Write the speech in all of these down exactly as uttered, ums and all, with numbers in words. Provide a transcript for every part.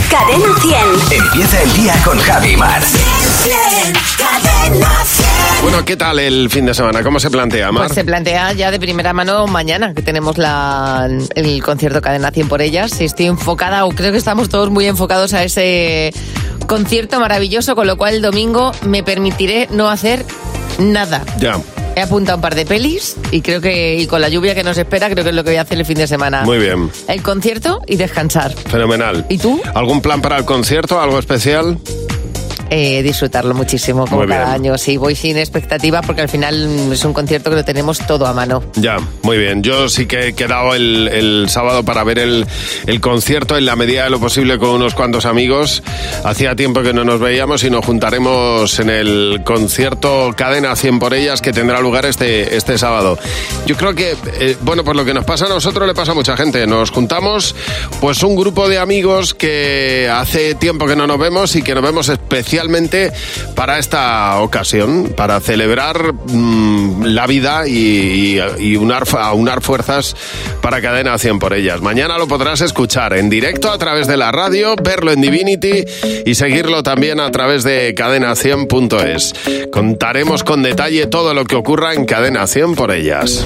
Cadena cien. Empieza el día con Javi Mar. Cadena cien. Bueno, ¿qué tal el fin de semana? ¿Cómo se plantea, Mar? Pues se plantea ya de primera mano mañana, que tenemos la, el concierto Cadena cien por ellas. Estoy enfocada, o creo que estamos todos muy enfocados a ese concierto maravilloso, con lo cual el domingo me permitiré no hacer nada. Ya. He apuntado un par de pelis y creo que, y con la lluvia que nos espera, creo que es lo que voy a hacer el fin de semana. Muy bien. El concierto y descansar. Fenomenal. ¿Y tú? ¿Algún plan para el concierto? ¿Algo especial? Eh, disfrutarlo muchísimo, como Muy bien. cada año. Sí, voy sin expectativa porque al final es un concierto que lo tenemos todo a mano. Ya, muy bien. Yo sí que he quedado el, el sábado para ver el, el concierto en la medida de lo posible con unos cuantos amigos. Hacía tiempo que no nos veíamos y nos juntaremos en el concierto Cadena cien por ellas que tendrá lugar este, este sábado. Yo creo que, eh, bueno, pues lo que nos pasa a nosotros le pasa a mucha gente. Nos juntamos pues un grupo de amigos que hace tiempo que no nos vemos y que nos vemos especialmente para esta ocasión, para celebrar mmm, la vida y, y, y unar, aunar fuerzas para Cadena cien por ellas. Mañana lo podrás escuchar en directo a través de la radio, verlo en Divinity y seguirlo también a través de cadena cien punto es. Contaremos con detalle todo lo que ocurra en Cadena cien por ellas.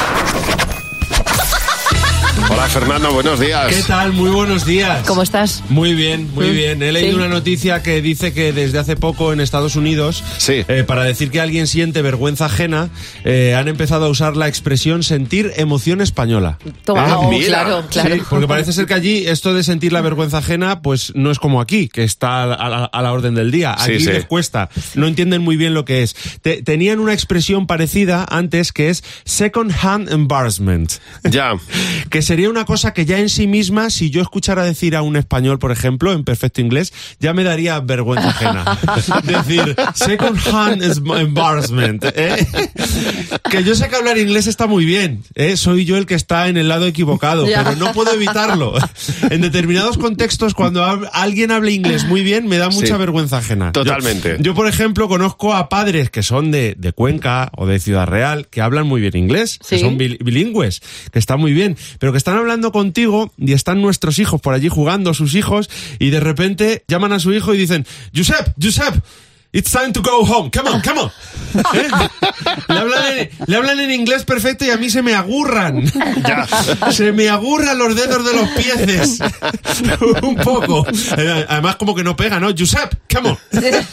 Hola Fernando, buenos días. ¿Qué tal? Muy buenos días. ¿Cómo estás? Muy bien, muy ¿Mm? bien. He leído ¿Sí? una noticia que dice que desde hace poco en Estados Unidos, Sí. eh, para decir que alguien siente vergüenza ajena, eh, han empezado a usar la expresión sentir emoción española. Toma, Ah, oh, mira. claro, claro. Sí, porque parece ser que allí esto de sentir la vergüenza ajena, pues no es como aquí, que está a la, a la orden del día. Sí, Aquí sí. les cuesta, no entienden muy bien lo que es. Te- tenían una expresión parecida antes que es second hand embarrassment. Ya. Que sería una cosa que ya en sí misma, si yo escuchara decir a un español, por ejemplo, en perfecto inglés, ya me daría vergüenza ajena. Decir, second hand embarrassment. ¿eh? Que yo sé que hablar inglés está muy bien. ¿eh? Soy yo el que está en el lado equivocado, Ya. pero no puedo evitarlo. En determinados contextos, cuando hab- alguien habla inglés muy bien, me da mucha Sí. vergüenza ajena. Totalmente. Yo, yo, por ejemplo, conozco a padres que son de, de Cuenca o de Ciudad Real, que hablan muy bien inglés, que Sí. son bil- bilingües, que está muy bien, pero que están hablando contigo y están nuestros hijos por allí jugando, sus hijos, y de repente llaman a su hijo y dicen, Josep, Josep, it's time to go home, come on, come on. ¿Eh? Le, hablan en, le hablan en inglés perfecto y a mí se me agurran. Ya. Se me agurran los dedos de los pies. Un poco. Eh, Además, como que no pega, ¿no? Josep, come on.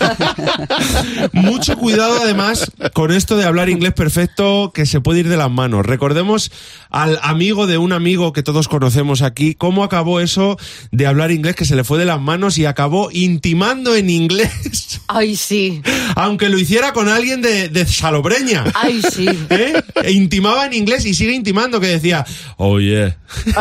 Mucho cuidado, además, con esto de hablar inglés perfecto, que se puede ir de las manos. Recordemos al amigo de un amigo que todos conocemos aquí, cómo acabó eso de hablar inglés, que se le fue de las manos y acabó intimando en inglés. Ay, sí. Aunque lo hiciera con alguien de, de Salobreña. Ay, sí. ¿Eh? E intimaba en inglés y sigue intimando, que decía, oh yeah,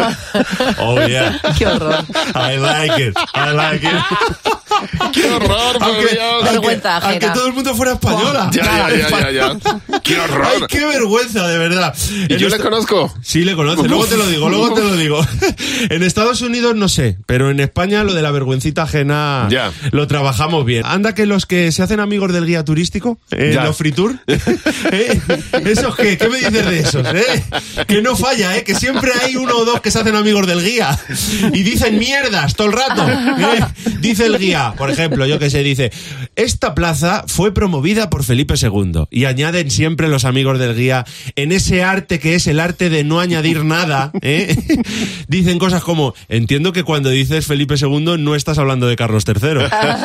oh yeah, Qué horror. I like it, I like it. ¡Qué horror, por Aunque, Dios! aunque, Vergüenza ajena. aunque todo el mundo fuera española. Ya, ya, ya, ya, ya. ¡Qué horror! Ay, qué vergüenza, de verdad. ¿Y En yo le esta- conozco? Sí, le conoce, luego te lo digo, luego te lo digo. En Estados Unidos no sé, pero en España lo de la vergüencita ajena Ya. lo trabajamos bien. Anda que los que se hacen amigos del guía turístico, eh, Ya. los free tour, ¿eh? ¿Esos qué? ¿Qué me dices de esos? eh? Que no falla, ¿eh? Que siempre hay uno o dos que se hacen amigos del guía y dicen mierdas todo el rato. ¿eh? Dice el guía, por ejemplo, yo que sé, dice, esta plaza fue promovida por Felipe segundo. Y añaden siempre los amigos del guía, en ese arte que es el arte de no añadir nada, ¿eh? Dicen cosas como, entiendo que cuando dices Felipe segundo no estás hablando de Carlos tercero.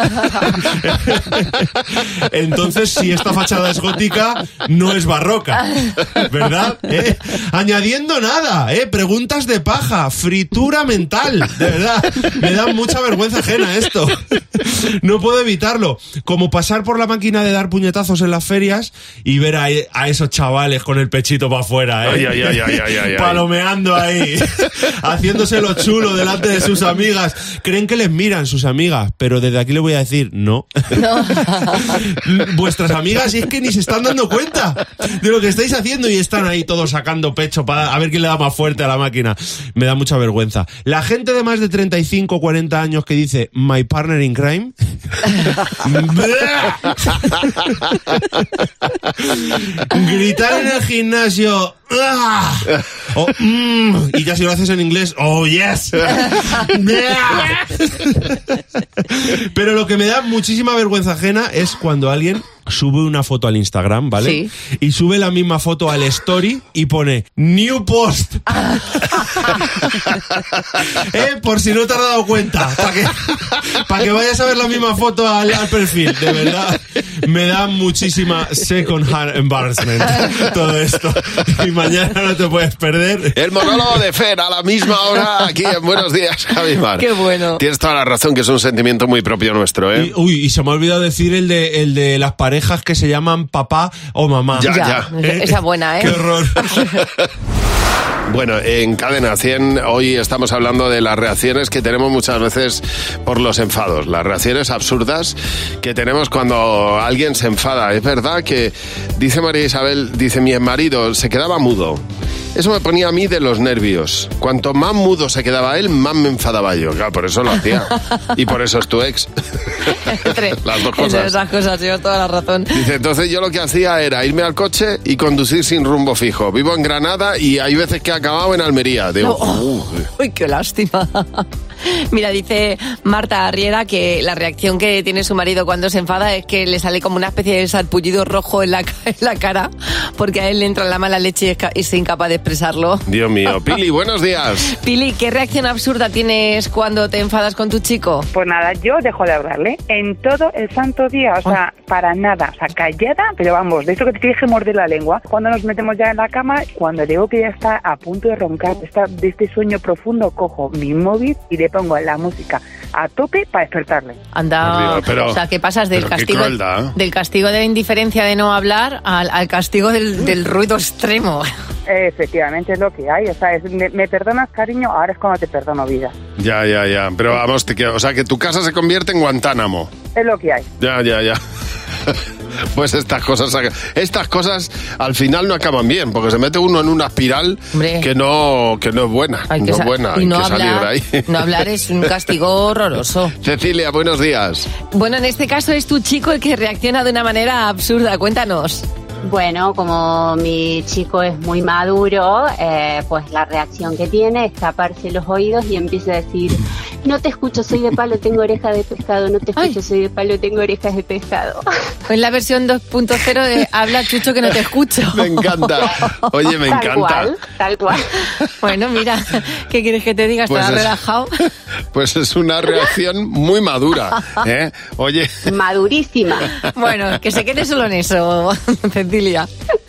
Entonces, si esta fachada es gótica, no es barroca, ¿verdad? ¿Eh? Añadiendo nada, ¿eh? Preguntas de paja, fritura mental, de verdad. Me da mucha vergüenza ajena esto. No puedo evitarlo. Como pasar por la máquina de dar puñetazos en las ferias y ver a, a esos chavales con el pechito para afuera, ¿eh? Ay, ay, ay, ay, ay, ay. Palomeando ahí, haciéndose lo chulo delante de sus amigas. Creen que les miran sus amigas, pero desde aquí les voy a decir, no. No. Vuestras amigas, y es que ni se están dando cuenta de lo que estáis haciendo y están ahí todos sacando pecho para a ver quién le da más fuerte a la máquina. Me da mucha vergüenza. La gente de más de treinta y cinco o cuarenta años que dice my partner in crime, Gritar en el gimnasio. ¡Ah! O, mm, y ya si lo haces en inglés, oh yes. Pero lo que me da muchísima vergüenza ajena es cuando alguien sube una foto al Instagram, ¿vale? Sí. Y sube la misma foto al story y pone new post. ¿Eh? Por si no te has dado cuenta, para que, para que vayas a ver la misma foto al, al perfil. De verdad, me da muchísima second hand embarrassment todo esto. Y mañana no te puedes perder. El monólogo de Fer a la misma hora aquí en Buenos Días, Javi Mar. Qué bueno. Tienes toda la razón, que es un sentimiento muy propio nuestro, ¿eh? Y, uy, y se me ha olvidado decir el de, el de las parejas que se llaman papá o mamá. Ya, Ya, ya. esa buena, ¿eh? Qué horror. Bueno, en Cadena cien hoy estamos hablando de las reacciones que tenemos muchas veces por los enfados, las reacciones absurdas que tenemos cuando alguien se enfada. Es verdad que, dice María Isabel, dice, mi marido se quedaba mudo. Eso me ponía a mí de los nervios. Cuanto más mudo se quedaba él, más me enfadaba yo. Claro, por eso lo hacía. Y por eso es tu ex. Entre, Las dos entre cosas. esas cosas, llevas toda la razón. Dice, entonces yo lo que hacía era irme al coche y conducir sin rumbo fijo. Vivo en Granada y hay veces que he acabado en Almería. Digo, No, oh, "Uh". uy, qué lástima. Mira, dice Marta Arriera que la reacción que tiene su marido cuando se enfada es que le sale como una especie de sarpullido rojo en la, en la cara, porque a él le entra la mala leche y es, ca- y es incapaz de expresarlo. Dios mío. Pili, buenos días. Pili, ¿qué reacción absurda tienes cuando te enfadas con tu chico? Pues nada, yo dejo de hablarle en todo el santo día, o sea, para nada, o sea, callada, pero vamos, de eso que te tienes que morder la lengua. Cuando nos metemos ya en la cama, cuando digo que ya está a punto de roncar, está de este sueño profundo, cojo mi móvil y le pongo la música a tope para despertarle. Anda, Por Dios, pero- o sea, ¿qué pasas del pero qué castigo crueldad, ¿eh? del castigo de la indiferencia de no hablar al, al castigo del, del ruido extremo? Efectivamente es lo que hay, o sea, es, me, me perdonas cariño, ahora es cuando te perdono vida. Ya, ya, ya. Pero vamos, te, que- o sea, que tu casa se convierte en Guantánamo. Es lo que hay. Ya, ya, ya. Pues estas cosas, estas cosas al final no acaban bien, porque se mete uno en una espiral Hombre. que no, que no es buena, Hay que no es sa- buena, y hay no que salir de hablar, ahí. no hablar es un castigo horroroso. Cecilia, buenos días. Bueno, en este caso es tu chico el que reacciona de una manera absurda. Cuéntanos. Bueno, como mi chico es muy maduro, eh, pues la reacción que tiene es taparse los oídos y empieza a decir, no te escucho, soy de palo, tengo orejas de pescado, no te escucho, Ay. soy de palo, tengo orejas de pescado. Es la versión dos punto cero de habla Chucho que no te escucho. Me encanta. Oye, me Tal encanta. cual, tal cual. Bueno, mira, ¿qué quieres que te diga? Pues ¿Estás es- relajado? Pues es una reacción muy madura, ¿eh? Oye, Madurísima. Bueno, que se quede solo en eso, Cecilia.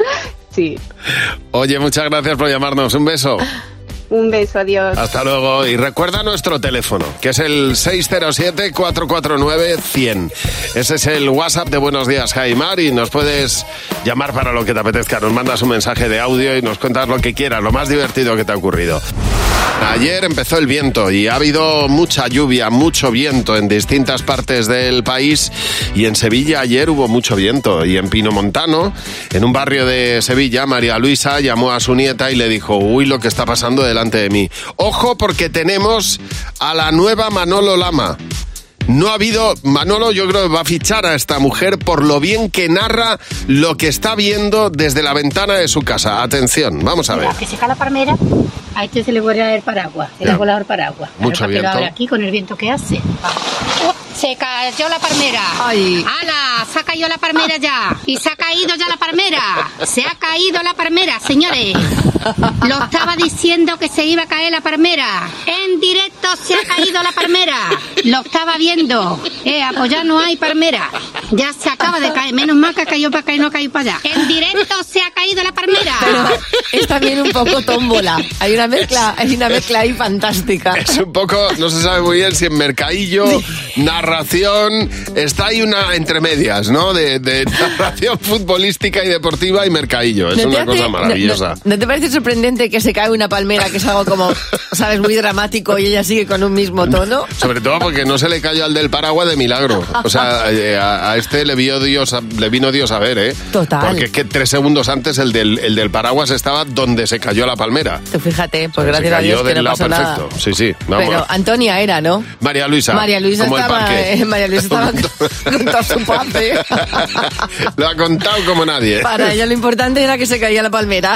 Sí. oye, muchas gracias por llamarnos. Un beso. Un beso, adiós. Hasta luego. Y recuerda nuestro teléfono, que es el seis cero siete, cuatro cuatro nueve, cien. Ese es el WhatsApp de Buenos Días, Jaimar, y nos puedes llamar para lo que te apetezca. Nos mandas un mensaje de audio y nos cuentas lo que quieras, lo más divertido que te ha ocurrido. Ayer empezó el viento y ha habido mucha lluvia, mucho viento en distintas partes del país, y en Sevilla ayer hubo mucho viento, y en Pinomontano, en un barrio de Sevilla, María Luisa llamó a su nieta y le dijo, uy, lo que está pasando delante de mí. Ojo, porque tenemos a la nueva Manolo Lama. No ha habido... Manolo yo creo que va a fichar a esta mujer por lo bien que narra lo que está viendo desde la ventana de su casa. Atención, vamos a ver. Que seca la palmera, a este se le vuelve a dar el paraguas, se le Ya. ha volado el paraguas. Mucho Claro, para que lo viento. abra aquí con el viento que hace. Oh, se cayó la palmera. Ay. ¡Hala! Se ha caído la palmera ya. Y se ha caído ya la palmera. Se ha caído la palmera, señores. Lo estaba diciendo que se iba a caer la palmera. En directo se ha caído la palmera. Lo estaba viendo. Eh, apoyar no hay palmera. Ya se acaba de caer. Menos mal que cayó para acá y no cayó para allá. En directo se ha caído la palmera. Pero es también un poco tómbola. Hay una mezcla, hay una mezcla ahí fantástica. Es un poco, no se sabe muy bien si en mercadillo, narración, está ahí una entre medias, ¿no? De, de narración futbolística y deportiva y mercadillo. Es ¿No te una hace- cosa no- maravillosa. No, ¿no te parece sorprendente que se cae una palmera, que es algo como, sabes, muy dramático, y ella sigue con un mismo tono? Sobre todo porque no se le cayó al del paraguas de milagro. O sea, eh, a, a este le vio Dios, a- le vino Dios a ver, ¿eh? Total. Porque es que tres segundos antes el del, el del paraguas estaba donde se cayó la palmera. Tú fíjate, pues Se gracias a cayó Dios que del no lado pasó nada. perfecto. Sí, sí, vamos. Pero Antonia era, ¿no? María Luisa. María Luisa como el estaba, parque. eh, María Luisa estaba con, con todo su pase. Lo ha contado como nadie. Para ella lo importante era que se caía la palmera.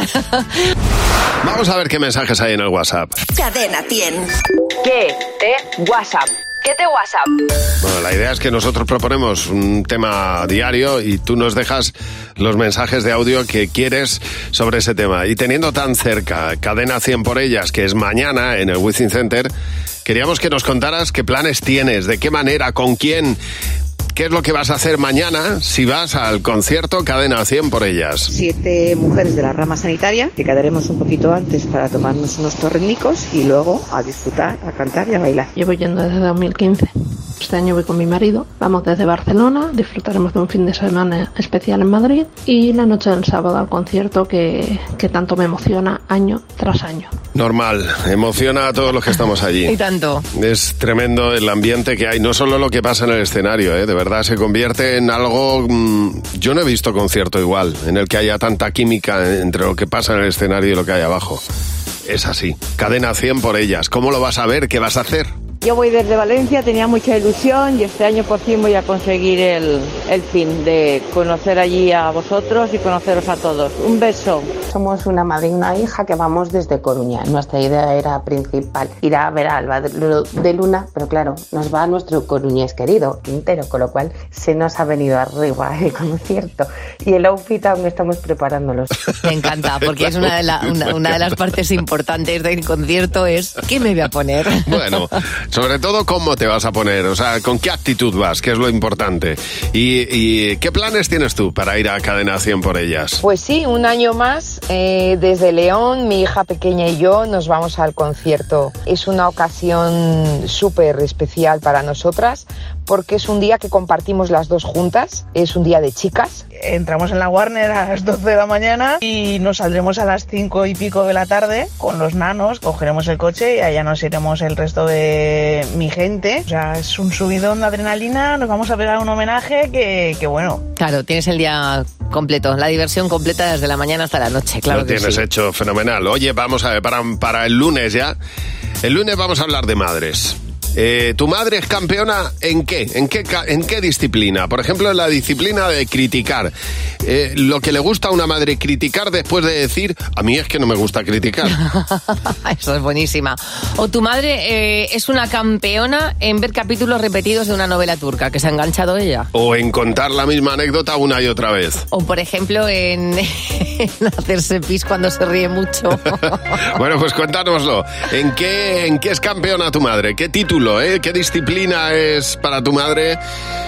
Vamos a ver qué mensajes hay en el WhatsApp. Cadena cien. ¿Qué te WhatsApp? ¿Qué te WhatsApp? Bueno, la idea es que nosotros proponemos un tema diario y tú nos dejas los mensajes de audio que quieres sobre ese tema. Y teniendo tan cerca Cadena cien por ellas, que es mañana en el Wizzing Center, queríamos que nos contaras qué planes tienes, de qué manera, con quién, qué es lo que vas a hacer mañana si vas al concierto Cadena cien por ellas. Siete mujeres de la rama sanitaria que quedaremos un poquito antes para tomarnos unos torrenicos y luego a disfrutar, a cantar y a bailar. Llevo yendo desde dos mil quince. Este año voy con mi marido. Vamos desde Barcelona, disfrutaremos de un fin de semana especial en Madrid y la noche del sábado al concierto que, que tanto me emociona año tras año. Normal, emociona a todos los que estamos allí. Y tanto. Es tremendo el ambiente que hay, no solo lo que pasa en el escenario, ¿eh? De verdad se convierte en algo... Mmm, yo no he visto concierto igual, en el que haya tanta química entre lo que pasa en el escenario y lo que hay abajo. Es así. Cadena cien por ellas. ¿Cómo lo vas a ver? ¿Qué vas a hacer? Yo voy desde Valencia, tenía mucha ilusión y este año por fin voy a conseguir el, el fin de conocer allí a vosotros y conoceros a todos. Un beso. Somos una madre y una hija que vamos desde Coruña. Nuestra idea era principal ir a ver a Alba de Luna, pero claro, nos va nuestro coruñés querido, Quintero, con lo cual se nos ha venido arriba el concierto. Y el outfit aún estamos preparándolos. Me encanta, porque es una de, la- una, una de las partes importantes del concierto es ¿qué me voy a poner? Bueno, sobre todo cómo te vas a poner, o sea, con qué actitud vas, que es lo importante. ¿Y, y qué planes tienes tú para ir a Cadena cien por ellas? Pues sí, un año más, eh, desde León, mi hija pequeña y yo nos vamos al concierto. Es una ocasión súper especial para nosotras porque es un día que compartimos las dos juntas, es un día de chicas. Entramos en la Warner a las doce de la mañana y nos saldremos a las cinco y pico de la tarde con los nanos, cogeremos el coche y allá nos iremos el resto de mi gente. O sea, es un subidón de adrenalina, nos vamos a pegar un homenaje que, que bueno. Claro, tienes el día completo, la diversión completa desde la mañana hasta la noche, claro Lo que tienes sí. hecho fenomenal. Oye, vamos a ver, para, para el lunes ya. El lunes vamos a hablar de madres. Eh, ¿Tu madre es campeona en qué? ¿En qué, ca- en qué disciplina? Por ejemplo, en la disciplina de criticar. Eh, lo que le gusta a una madre criticar después de decir, a mí es que no me gusta criticar. Eso es buenísima. O tu madre eh, es una campeona en ver capítulos repetidos de una novela turca, que se ha enganchado ella. O en contar la misma anécdota una y otra vez. O, por ejemplo, en, en hacerse pis cuando se ríe mucho. Bueno, pues cuéntanoslo. ¿En qué, en qué es campeona tu madre? ¿Qué título, eh? ¿Qué disciplina es para tu madre?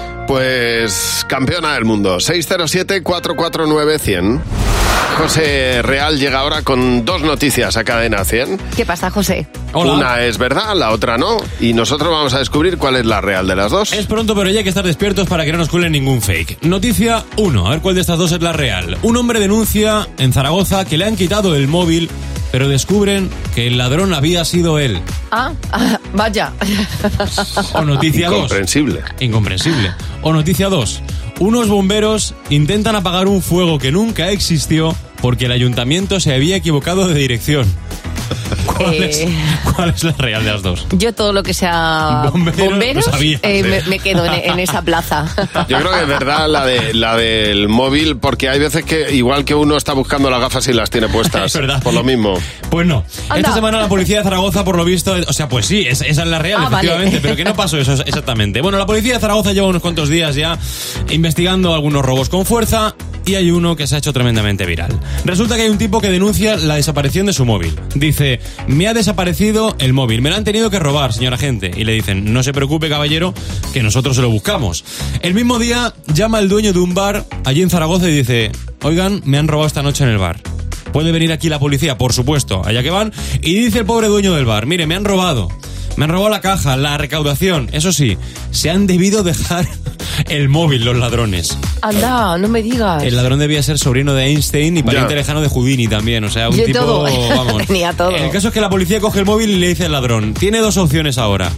Pues campeona del mundo. seis cero siete, cuatro cuatro nueve, cien. José Real llega ahora con dos noticias a Cadena cien. ¿Qué pasa, José? Hola. Una es verdad, la otra no. Y nosotros vamos a descubrir cuál es la real de las dos. Es pronto, pero ya hay que estar despiertos para que no nos cuelen ningún fake. Noticia uno, a ver cuál de estas dos es la real. Un hombre denuncia en Zaragoza que le han quitado el móvil, pero descubren que el ladrón había sido él. Ah, ah, vaya. O noticia dos. Incomprensible. Incomprensible. O noticia dos. Unos bomberos intentan apagar un fuego que nunca existió porque el ayuntamiento se había equivocado de dirección. ¿Cuál, Eh. es, cuál es la real de las dos? Yo todo lo que sea Bomberos, bomberos, lo sabía, eh, sí. me, me quedo en, en esa plaza. Yo creo que es verdad la de la del móvil, porque hay veces que igual que uno está buscando las gafas y las tiene puestas. Es verdad. Por lo mismo. Pues no. Anda. Esta semana la policía de Zaragoza, por lo visto, o sea, pues sí, es- esa es la real, Ah, efectivamente, vale. pero que no pasó eso exactamente. Bueno, la policía de Zaragoza lleva unos cuantos días ya investigando algunos robos con fuerza y hay uno que se ha hecho tremendamente viral. Resulta que hay un tipo que denuncia la desaparición de su móvil. Dice, me ha desaparecido el móvil, me lo han tenido que robar, señor agente. Y le dicen, no se preocupe, caballero, que nosotros se lo buscamos. El mismo día llama el dueño de un bar allí en Zaragoza y dice, oigan, me han robado esta noche en el bar. ¿Puede venir aquí la policía? Por supuesto, allá que van. Y dice el pobre dueño del bar, mire, me han robado. Me han robado la caja, la recaudación. Eso sí, se han debido dejar el móvil los ladrones. Anda, no me digas. El ladrón debía ser sobrino de Einstein y pariente Ya. lejano de Houdini también. O sea, un De tipo... todo. Vamos. Tenía todo. El caso es que la policía coge el móvil y le dice al ladrón, tiene dos opciones ahora.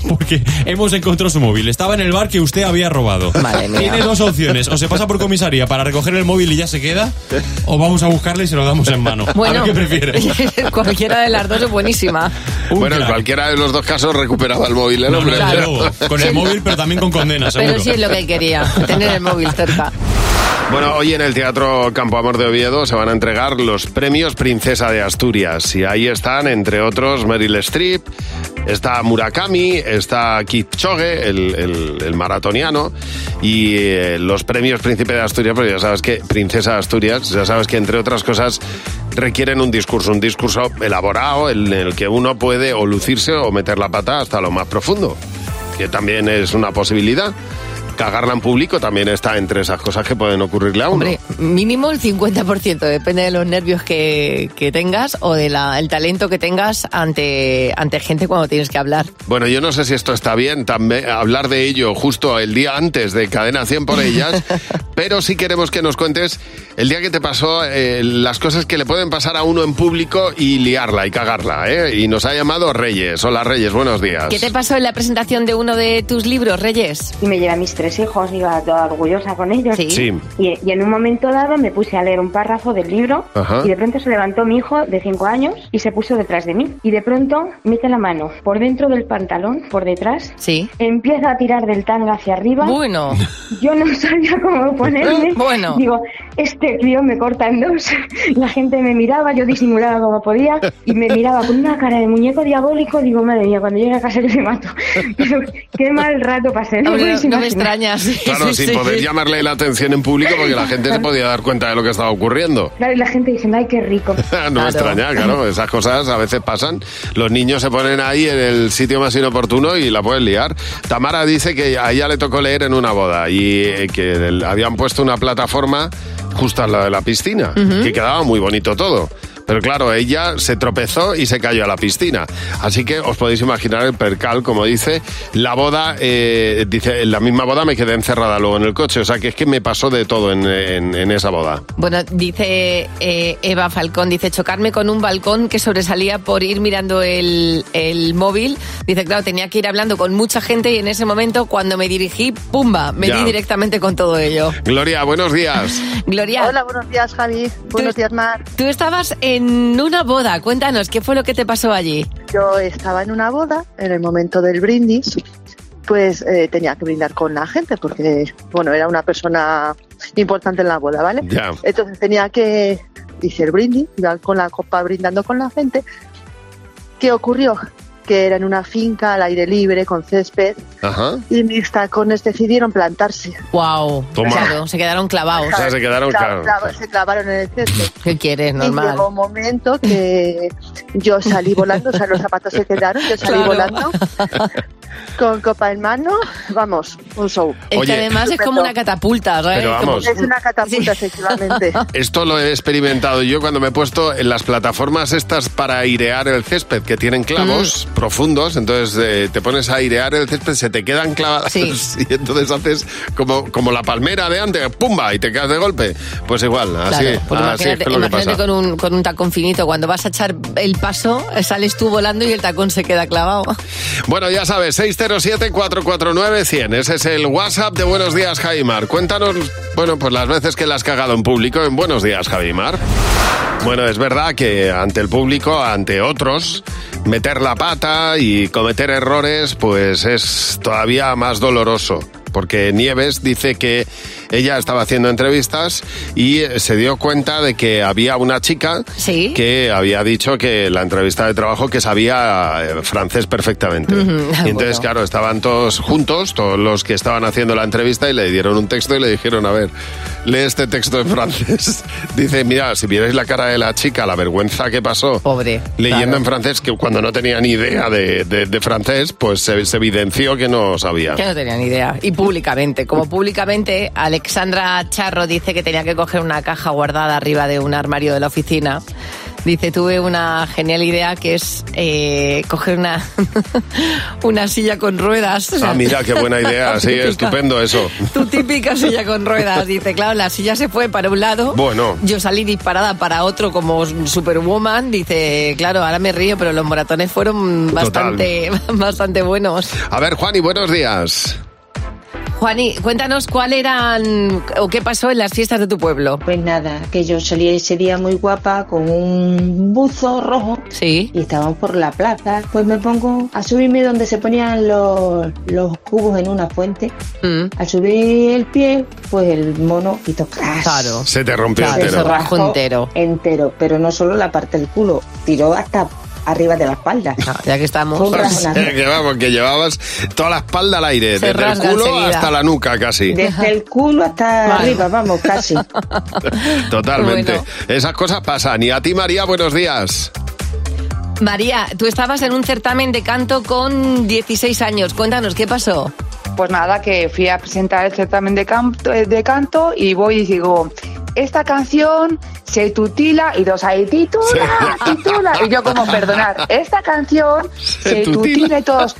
porque hemos encontrado su móvil. Estaba en el bar que usted había robado. Madre mía. Tiene dos opciones. O se pasa por comisaría para recoger el móvil y ya se queda, o vamos a buscarle y se lo damos en mano. Bueno, a ver qué prefiere. Cualquiera de las dos es buenísima. Un Bueno, en crack. cualquiera de los dos casos recuperaba el móvil el No, hombre. no, Claro. luego, con el móvil, pero también con condena, seguro. Pero sí es lo que él quería, tener el móvil cerca. Bueno, hoy en el Teatro Campo Amor de Oviedo se van a entregar los premios Princesa de Asturias. Y ahí están, entre otros, Meryl Streep, está Murakami, está Kipchoge, el, el, el maratoniano, y eh, los premios Príncipe de Asturias, porque ya sabes que Princesa de Asturias, ya sabes que entre otras cosas requieren un discurso, un discurso elaborado en el que uno puede o lucirse o meter la pata hasta lo más profundo, que también es una posibilidad. Cagarla en público también está entre esas cosas que pueden ocurrirle a uno. Hombre, mínimo el cincuenta por ciento, depende de los nervios que, que tengas o del talento que tengas ante, ante gente cuando tienes que hablar. Bueno, yo no sé si esto está bien también hablar de ello justo el día antes de Cadena cien por ellas, pero sí queremos que nos cuentes el día que te pasó, eh, las cosas que le pueden pasar a uno en público y liarla y cagarla, ¿eh? Y nos ha llamado Reyes. Hola Reyes, buenos días. ¿Qué te pasó en la presentación de uno de tus libros, Reyes? Y me llevé a mis tres hijos, iba toda orgullosa con ellos. Sí. Sí. Y, y en un momento dado me puse a leer un párrafo del libro. Ajá. Y de pronto se levantó mi hijo de cinco años y se puso detrás de mí. Y de pronto mete la mano por dentro del pantalón, por detrás. Sí. Empieza a tirar del tanga hacia arriba. Bueno. Yo no sabía cómo ponerme. Bueno. Digo, este tío me corta en dos. La gente me miraba, yo disimulaba como podía y me miraba con una cara de muñeco diabólico. Digo, madre mía, cuando llegue a casa yo le mato. Pero qué mal rato pasé. No, Hombre, podéis no me imaginar. extrañas. Claro, Sí, sin sí, poder sí. llamarle la atención en público porque la gente se podía dar cuenta de lo que estaba ocurriendo. Claro, y la gente diciendo, ay, qué rico. No Claro. me extraña, claro, esas cosas a veces pasan. Los niños se ponen ahí en el sitio más inoportuno y la pueden liar. Tamara dice que a ella le tocó leer en una boda y eh, que el- habían puesto una plataforma justo al lado de la piscina, Ujú. que quedaba muy bonito todo. Pero claro, ella se tropezó y se cayó a la piscina. Así que os podéis imaginar el percal, como dice. La boda, eh, dice, en la misma boda me quedé encerrada luego en el coche. O sea que es que me pasó de todo en, en- en esa boda. Bueno, dice eh, Eva Falcón, dice chocarme con un balcón que sobresalía por ir mirando el, el móvil. Dice, claro, tenía que ir hablando con mucha gente y en ese momento cuando me dirigí, ¡pumba! Me Ya. di directamente con todo ello. Gloria, buenos días. Gloria. Hola, buenos días, Javi. Buenos días, Mar. Tú estabas en una boda, cuéntanos, ¿qué fue lo que te pasó allí? Yo estaba en una boda, en el momento del brindis, pues eh, tenía que brindar con la gente porque, bueno, era una persona importante en la boda, ¿vale? Ya. Entonces tenía que, hice el brindis, iba con la copa brindando con la gente. ¿Qué ocurrió? Que era en una finca al aire libre, con césped, Ajá. y mis tacones decidieron plantarse. Wow, Toma. claro, se quedaron clavados. O sea, se quedaron Cla- claro. clava- se clavaron en el césped. ¿Qué quieres? Y Normal. llegó un momento que yo salí volando, o sea, los zapatos se quedaron, yo salí Claro. volando con copa en mano, vamos, un show. Es Oye. que además es como una catapulta, ¿sabes? Pero Como- vamos. Es una catapulta, efectivamente. Esto lo he experimentado yo cuando me he puesto en las plataformas estas para airear el césped, que tienen clavos Mm. profundos, entonces eh, te pones a airear el césped, se te quedan clavadas Sí. y entonces haces como, como la palmera de antes, ¡pumba! Y te quedas de golpe. Pues igual, así, Claro, pues así es imagínate, que lo que imagínate pasa. con, un, con un tacón finito, cuando vas a echar el paso, sales tú volando y el tacón se queda clavado. Bueno, ya sabes, seis cero siete, cuatro cuatro nueve, cien. Ese es el WhatsApp de Buenos Días, Javimar. Cuéntanos, bueno, pues las veces que la has cagado en público en Buenos Días, Javimar. Bueno, es verdad que ante el público, ante otros, meter la pata y cometer errores, pues es todavía más doloroso. Porque Nieves dice que ella estaba haciendo entrevistas y se dio cuenta de que había una chica ¿Sí? que había dicho que la entrevista de trabajo que sabía eh, francés perfectamente. Ujú, Y entonces, bueno. claro, estaban todos juntos, todos los que estaban haciendo la entrevista, y le dieron un texto y le dijeron, a ver, lee este texto en francés. Dice, mira, si vierais la cara de la chica, la vergüenza que pasó Pobre. leyendo claro. en francés, que cuando no tenía ni idea de, de- de francés, pues se, se evidenció que no sabía. Que no tenía ni idea. Y públicamente, como públicamente, Alexandra Charro dice que tenía que coger una caja guardada arriba de un armario de la oficina. Dice, tuve una genial idea que es eh, coger una, una silla con ruedas. O sea, ah, mira, qué buena idea. Sí, típica, estupendo eso. Tu típica silla con ruedas. Dice, claro, la silla se fue para un lado. Bueno. Yo salí disparada para otro como Superwoman. Dice, claro, ahora me río, pero los moratones fueron bastante, bastante buenos. A ver, Juani, buenos días. Juani, cuéntanos cuál eran o qué pasó en las fiestas de tu pueblo. Pues nada, que yo salí ese día muy guapa con un buzo rojo. Sí. Y estábamos por la plaza. Pues me pongo a subirme donde se ponían los, los cubos en una fuente. Mm. Al subir el pie, pues el mono hizo crash. Claro. Se te rompió claro, entero. Se rajó entero. Entero, pero no solo la parte del culo, tiró hasta arriba de la espalda. No, ya que estamos. O sea, que vamos, que llevabas toda la espalda al aire, se desde el culo enseguida. Hasta la nuca casi. Desde el culo hasta vale. arriba, vamos, casi. Totalmente. Bueno. Esas cosas pasan. Y a ti, María, buenos días. María, tú estabas en un certamen de canto con dieciséis años. Cuéntanos, ¿qué pasó? Pues nada, que fui a presentar el certamen de canto, de canto y voy y digo, esta canción se tutila, y dos ahí, titula, titula, y yo como, perdonar, esta canción se, se tutila. tutila y todos...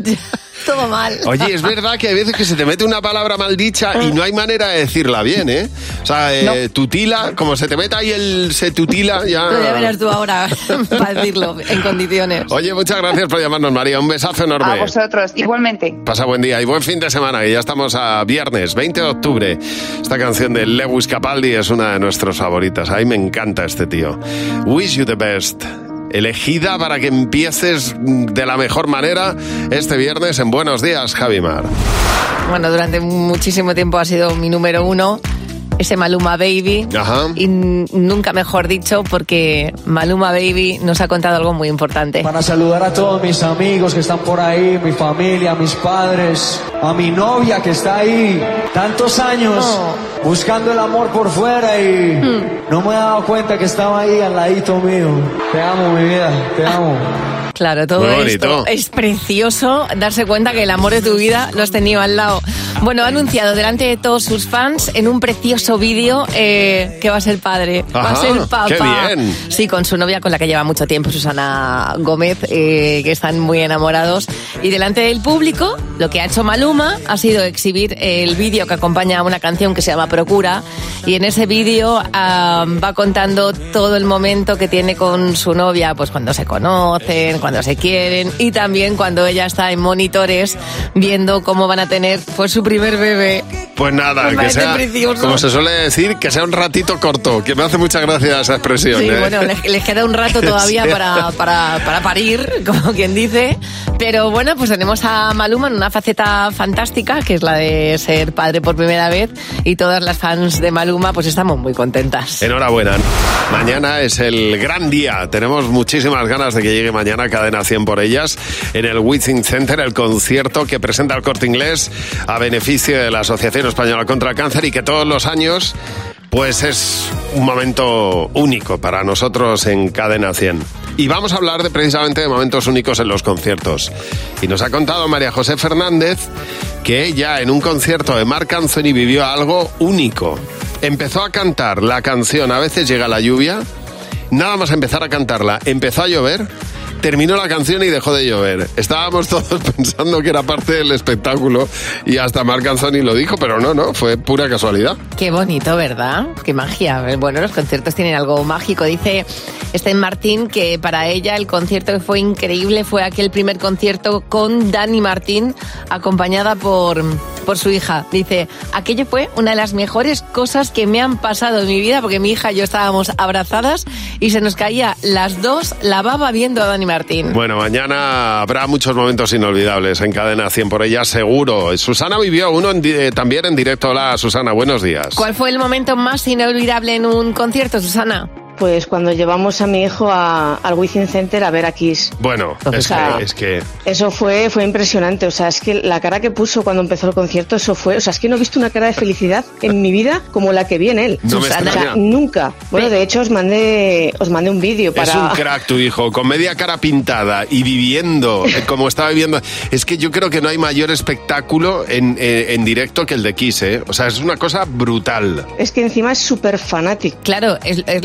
Todo mal. Oye, es verdad que hay veces que se te mete una palabra mal dicha y no hay manera de decirla bien, ¿eh? O sea, eh, no. tutila, como se te mete ahí el se tutila, ya... Pero ya verás tú ahora para decirlo en condiciones. Oye, muchas gracias por llamarnos, María. Un besazo enorme. A vosotros, igualmente. Pasa buen día y buen fin de semana, que ya estamos a viernes, veinte de octubre. Esta canción de Lewis Capaldi es una de nuestras favoritas. A mí me encanta este tío. Wish you the best. Elegida para que empieces de la mejor manera este viernes en Buenos Días, Javi Mar. Bueno, durante muchísimo tiempo ha sido mi número uno, ese Maluma Baby. Ajá. Y nunca mejor dicho, porque Maluma Baby nos ha contado algo muy importante. Para saludar a todos mis amigos que están por ahí, mi familia, mis padres, a mi novia que está ahí, tantos años oh. buscando el amor por fuera y hmm. no me he dado cuenta que estaba ahí al ladito mío. Te amo, mi vida, te amo. Claro, todo esto es precioso, darse cuenta que el amor de tu vida lo has tenido al lado. Bueno, ha anunciado delante de todos sus fans en un precioso vídeo eh, que va a ser padre, Ajá, va a ser papá. ¡Qué bien! Sí, con su novia con la que lleva mucho tiempo, Susana Gómez, eh, que están muy enamorados. Y delante del público, lo que ha hecho Maluma ha sido exhibir el vídeo que acompaña a una canción que se llama Procura. Y en ese vídeo uh, va contando todo el momento que tiene con su novia, pues cuando se conocen, cuando se quieren y también cuando ella está en monitores viendo cómo van a tener pues su primer bebé. Pues nada, pues que sea, precioso. Como se suele decir, que sea un ratito corto, que me hace mucha gracia esa expresión. Sí, ¿eh? bueno, les, les queda un rato todavía sí. para, para, para parir, como quien dice, pero bueno, pues tenemos a Maluma en una faceta fantástica, que es la de ser padre por primera vez, y todas las fans de Maluma pues estamos muy contentas. Enhorabuena. Mañana es el gran día, tenemos muchísimas ganas de que llegue mañana Cadena cien por ellas, en el Withing Center, el concierto que presenta el Corte Inglés a beneficio de la Asociación Española contra el Cáncer y que todos los años pues es un momento único para nosotros en Cadena cien. Y vamos a hablar de precisamente de momentos únicos en los conciertos. Y nos ha contado María José Fernández que ella en un concierto de Marc Anthony vivió algo único. Empezó a cantar la canción A veces llega la lluvia, nada más empezar a cantarla, empezó a llover, terminó la canción y dejó de llover. Estábamos todos pensando que era parte del espectáculo y hasta Marc Anthony lo dijo, pero no, no, fue pura casualidad. Qué bonito, ¿verdad? Qué magia. Bueno, los conciertos tienen algo mágico. Dice Esther Martín que para ella el concierto que fue increíble fue aquel primer concierto con Dani Martín, acompañada por, por su hija. Dice, aquello fue una de las mejores cosas que me han pasado en mi vida, porque mi hija y yo estábamos abrazadas y se nos caía las dos la baba viendo a Dani Martín. Bueno, mañana habrá muchos momentos inolvidables en Cadena cien por ellas, seguro. Susana vivió uno en, eh, también en directo. Hola, Susana, buenos días. ¿Cuál fue el momento más inolvidable en un concierto, Susana? Pues cuando llevamos a mi hijo a, al Withing Center a ver a Kiss. Bueno, o es, sea, que, es que... Eso fue, fue impresionante. O sea, es que la cara que puso cuando empezó el concierto, eso fue... O sea, es que no he visto una cara de felicidad en mi vida como la que vi en él. No Susana, me extraña. O sea, nunca. Bueno, de hecho, os mandé, os mandé un vídeo para... Es un crack tu hijo, con media cara pintada y viviendo como estaba viviendo. Es que yo creo que no hay mayor espectáculo en, en, en directo que el de Kiss, ¿eh? O sea, es una cosa brutal. Es que encima es súper fanático. Claro, es, es lo que te iba a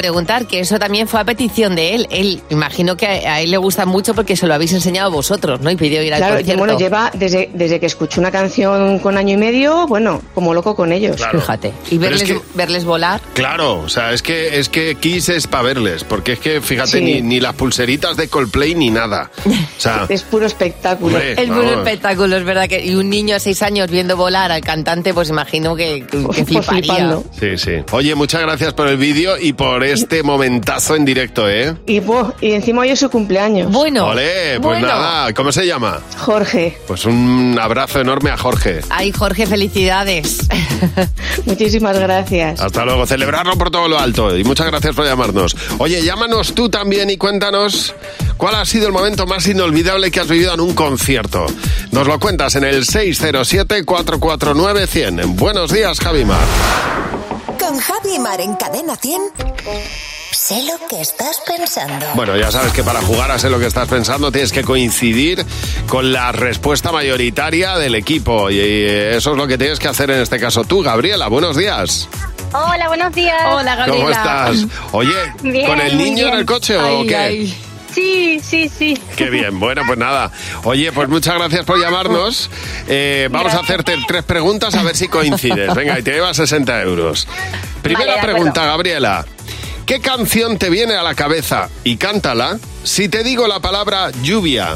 preguntar, que eso también fue a petición de él. Él, imagino que a él le gusta mucho porque se lo habéis enseñado vosotros, ¿no? Y pidió ir al Claro, concierto. bueno, lleva desde, desde que escuchó una canción con año y medio, bueno, como loco con ellos. Claro. Fíjate. Y verles, es que- verles volar. Claro, o sea, es que es que Kiss es para verles, porque es que, fíjate, Sí. ni, ni las pulseritas de Coldplay ni nada. O sea, Es puro espectáculo. Hombre, Es vamos. un espectáculo, es verdad que y un niño a seis años viendo volar al cantante, pues imagino que, que, que fliparía. flipando. sí, sí. Oye, muchas gracias por el vídeo y por este momentazo en directo, ¿eh? Y, pues, y encima hoy es su cumpleaños. Bueno, Ole, pues bueno. nada, ¿cómo se llama? Jorge, Pues un abrazo enorme a Jorge. Ay, Jorge, felicidades. muchísimas gracias. Hasta luego, celebrarlo por todo lo alto y muchas gracias por llamarnos. Oye, llámanos tú también y cuéntanos cuál ha sido el momento más inolvidable que has vivido en un concierto. Nos lo cuentas en el seis cero siete, cuatro cuatro nueve, cien. Buenos días, Javi Mar. Con Javi y Mar en Cadena cien. Sé lo que estás pensando. Bueno, ya sabes que para jugar a Sé lo que estás pensando tienes que coincidir con la respuesta mayoritaria del equipo y eso es lo que tienes que hacer en este caso tú, Gabriela. Buenos días. Hola, buenos días. Hola, Gabriela. ¿Cómo estás? Oye, Bien, ¿con el muy niño en bien. el coche o Ay, qué? ay. Sí, sí, sí. Qué bien, bueno, pues nada. Oye, pues muchas gracias por llamarnos. Eh, vamos a hacerte tres preguntas a ver si coincides. Venga, y te llevas sesenta euros. Primera Vale, de acuerdo. pregunta, Gabriela. ¿Qué canción te viene a la cabeza? Y cántala si te digo la palabra lluvia.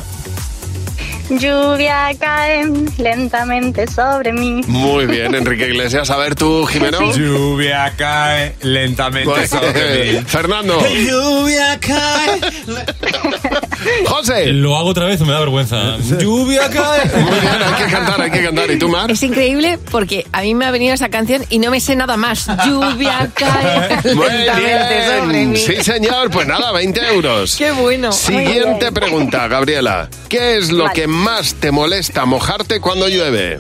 Lluvia cae lentamente sobre mí. Muy bien, Enrique Iglesias. A ver tú, Jimeno. Lluvia cae lentamente Pues, sobre mí. Fernando. Lluvia cae. José. ¿Lo hago otra vez o me da vergüenza? Lluvia cae. Muy bien, hay que cantar, hay que cantar. ¿Y tú, Mar? Es increíble porque a mí me ha venido esa canción y no me sé nada más. Lluvia cae Muy lentamente sobre bien. mí. Sí, señor. Pues nada, veinte euros. Qué bueno. Siguiente pregunta, Gabriela. ¿Qué es lo Vale. que más te molesta mojarte cuando llueve?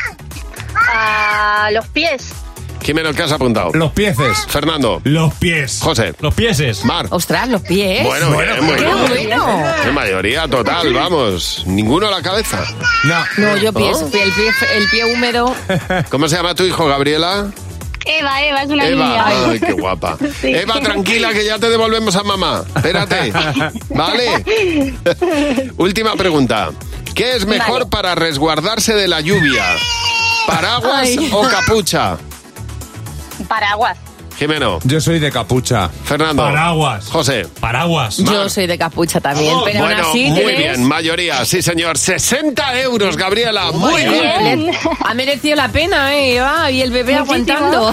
A los pies. Jimeno, ¿qué has apuntado? Los pieces. Fernando. Los pies. José. Los pieses. Mar. Ostras, los pies. Bueno, bien, Qué bueno. bueno. Qué mayoría total, vamos. Ninguno a la cabeza. No. No, yo pies, ¿No? el pie, el pie húmedo. ¿Cómo se llama tu hijo, Gabriela? Eva, Eva, es una Eva. niña. Ay, qué guapa. Sí. Eva, tranquila, que ya te devolvemos a mamá. Espérate. ¿Vale? Última pregunta. ¿Qué es mejor Vale. para resguardarse de la lluvia? ¿Paraguas Ay. o capucha? Paraguas. Jimeno. Yo soy de capucha. Fernando. Paraguas. José. Paraguas. Yo soy de capucha también, pero aún Bueno, así muy tienes- bien, mayoría, sí señor. sesenta euros, Gabriela, muy bien. Le- Ha merecido la pena, ¿eh, Eva? Y el bebé Muchísimo. aguantando.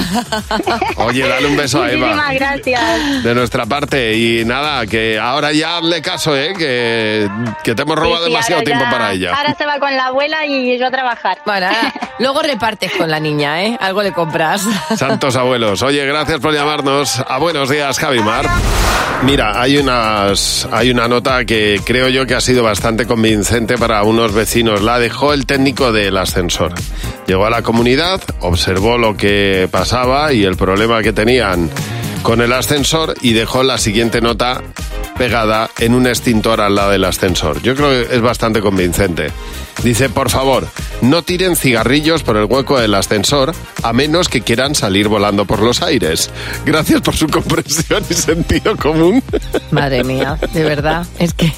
Oye, dale un beso a Eva. Muchísimas gracias. De nuestra parte. Y nada, que ahora ya hazle caso, ¿eh? Que, que te hemos robado Sí, sí, demasiado ahora tiempo ya- para ella. Ahora se va con la abuela y yo a trabajar. Bueno, ahora, luego repartes con la niña, ¿eh? Algo le compras. Santos abuelos. Oye, gracias por llamarnos. A Buenos Días, Javi Mar. Mira, hay unas hay una nota que creo yo que ha sido bastante convincente para unos vecinos. La dejó el técnico del ascensor. Llegó a la comunidad, observó lo que pasaba y el problema que tenían con el ascensor y dejó la siguiente nota pegada en un extintor al lado del ascensor. Yo creo que es bastante convincente. Dice, por favor, no tiren cigarrillos por el hueco del ascensor a menos que quieran salir volando por los aires. Gracias por su comprensión y sentido común. Madre mía, de verdad, es que...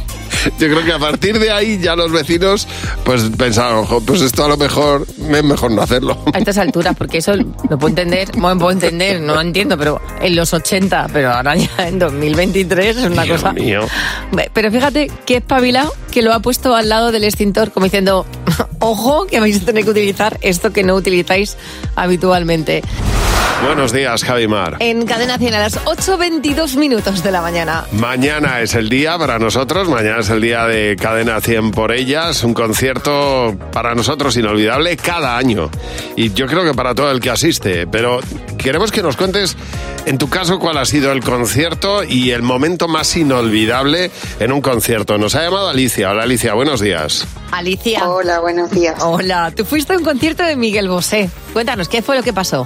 Yo creo que a partir de ahí ya los vecinos pues pensaron, ojo, pues esto a lo mejor es mejor no hacerlo. A estas alturas, porque eso lo puedo entender, bueno, puedo entender, no lo entiendo, pero en los ochenta, pero ahora ya en dos mil veintitrés es una Dios cosa... mío. Pero fíjate que espabilado que lo ha puesto al lado del extintor, como diciendo, ojo, que vais a tener que utilizar esto que no utilizáis habitualmente. Buenos días, Javi Mar. En Cadena cien a las ocho veintidós minutos de la mañana. Mañana es el día para nosotros, mañana es el día de Cadena cien por ellas, un concierto para nosotros inolvidable cada año. Y yo creo que para todo el que asiste, pero queremos que nos cuentes, en tu caso, cuál ha sido el concierto y el momento más inolvidable en un concierto. Nos ha llamado Alicia. Hola, Alicia, buenos días. Alicia. Hola, buenos días. Hola, tú fuiste a un concierto de Miguel Bosé. Cuéntanos, ¿qué fue lo que pasó?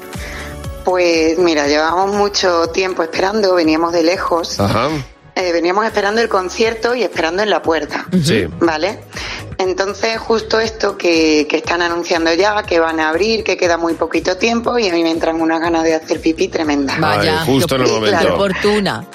Pues mira, llevábamos mucho tiempo esperando, veníamos de lejos. Ajá. Eh, veníamos esperando el concierto y esperando en la puerta. Sí. ¿Vale? Entonces, justo esto que, que están anunciando ya, que van a abrir, que queda muy poquito tiempo, y a mí me entran unas ganas de hacer pipí tremenda. Vaya, Ay, justo en el Y momento. claro, Fortuna.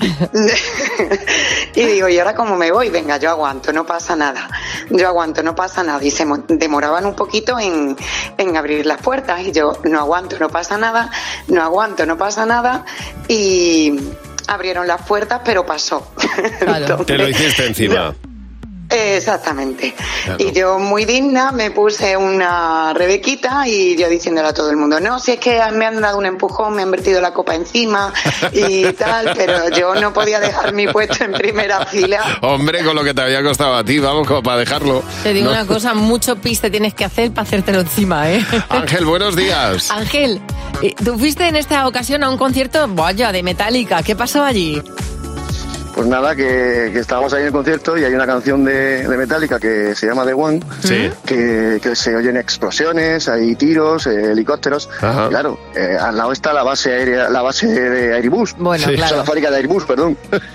y digo, ¿y ahora cómo me voy? Venga, yo aguanto, no pasa nada. Yo aguanto, no pasa nada. Y se mo- demoraban un poquito en, en abrir las puertas. Y yo, no aguanto, no pasa nada. No aguanto, no pasa nada. Y abrieron las puertas, pero pasó. Entonces, Te lo hiciste encima. exactamente. Claro. Y yo, muy digna, me puse una rebequita y yo diciéndole a todo el mundo, no, si es que me han dado un empujón, me han vertido la copa encima y tal, pero yo no podía dejar mi puesto en primera fila. Hombre, con lo que te había costado a ti, vamos, como para dejarlo. Te digo No. una cosa, mucho pis te tienes que hacer para hacértelo encima, ¿eh? Ángel, buenos días. Ángel, eh, tú fuiste en esta ocasión a un concierto, vaya, de Metallica. ¿Qué pasó allí? Pues nada, que, que estábamos ahí en el concierto y hay una canción de, de Metallica que se llama The One, Sí. que, que se oyen explosiones, hay tiros, eh, helicópteros. Ajá. Y claro, eh, al lado está la base aérea, la base de Airbus. Bueno, O sea, claro. la fábrica de Airbus, perdón.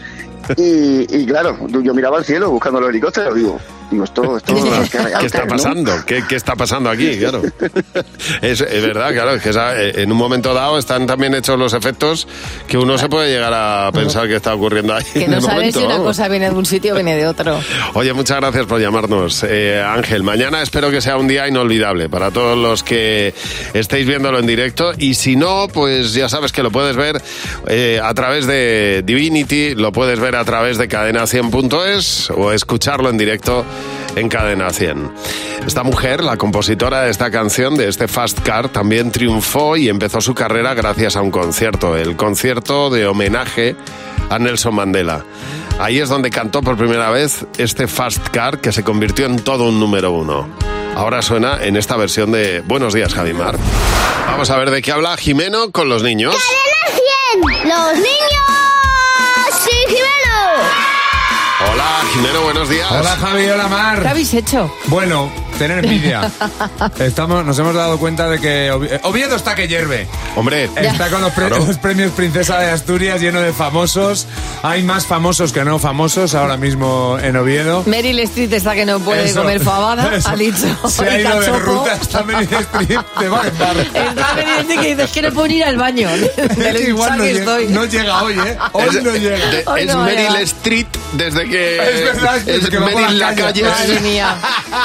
y, y claro, yo miraba al cielo buscando los helicópteros, digo, digo, esto, esto ¿Qué está pasando? ¿Qué, qué está pasando aquí? Claro. Es, es verdad, claro, es que esa- en un momento dado están también hechos los efectos que uno se puede llegar a pensar que está ocurriendo ahí. Que en no el sabes momento, si una vamos. cosa viene de un sitio o viene de otro. Oye, muchas gracias por llamarnos, eh, Ángel. Mañana espero que sea un día inolvidable para todos los que estéis viéndolo en directo. Y si no, pues ya sabes que lo puedes ver eh, a través de Divinity, lo puedes ver a través de cadena cien punto es o escucharlo en directo en Cadena cien. Esta mujer, la compositora de esta canción, de este Fast Car, también triunfó y empezó su carrera gracias a un concierto, el concierto de homenaje a Nelson Mandela. Ahí es donde cantó por primera vez este Fast Car que se convirtió en todo un número uno. Ahora suena en esta versión de Buenos días, Javimar. Vamos a ver de qué habla Jimeno con los niños. ¡Cadena cien! ¡Los niños! ¡Sí, Jimeno! Hola, Jimeno, buenos días. Hola, Javi, hola, Mar. ¿Qué habéis hecho? Bueno, tener envidia. Estamos, nos hemos dado cuenta de que Ovi- eh, Oviedo está que hierve. Hombre, Está con los, pre- claro. los premios Princesa de Asturias lleno de famosos. Hay más famosos que no famosos ahora mismo en Oviedo. Meryl Streep está que no puede Eso, comer fabada, eso. ha dicho. Se ha y ido de cachopo. ruta hasta Meryl Streep de bar en bar. Está Meryl Streep que dices que no puedo ir al baño. De lo Igual no hinchada que llega, estoy. no llega hoy, ¿eh? Hoy Es, no llega. de- Hoy es no va a Meryl llegar. Street desde que Es verdad, es es que va por Meryl la la calle. calle. Madre mía.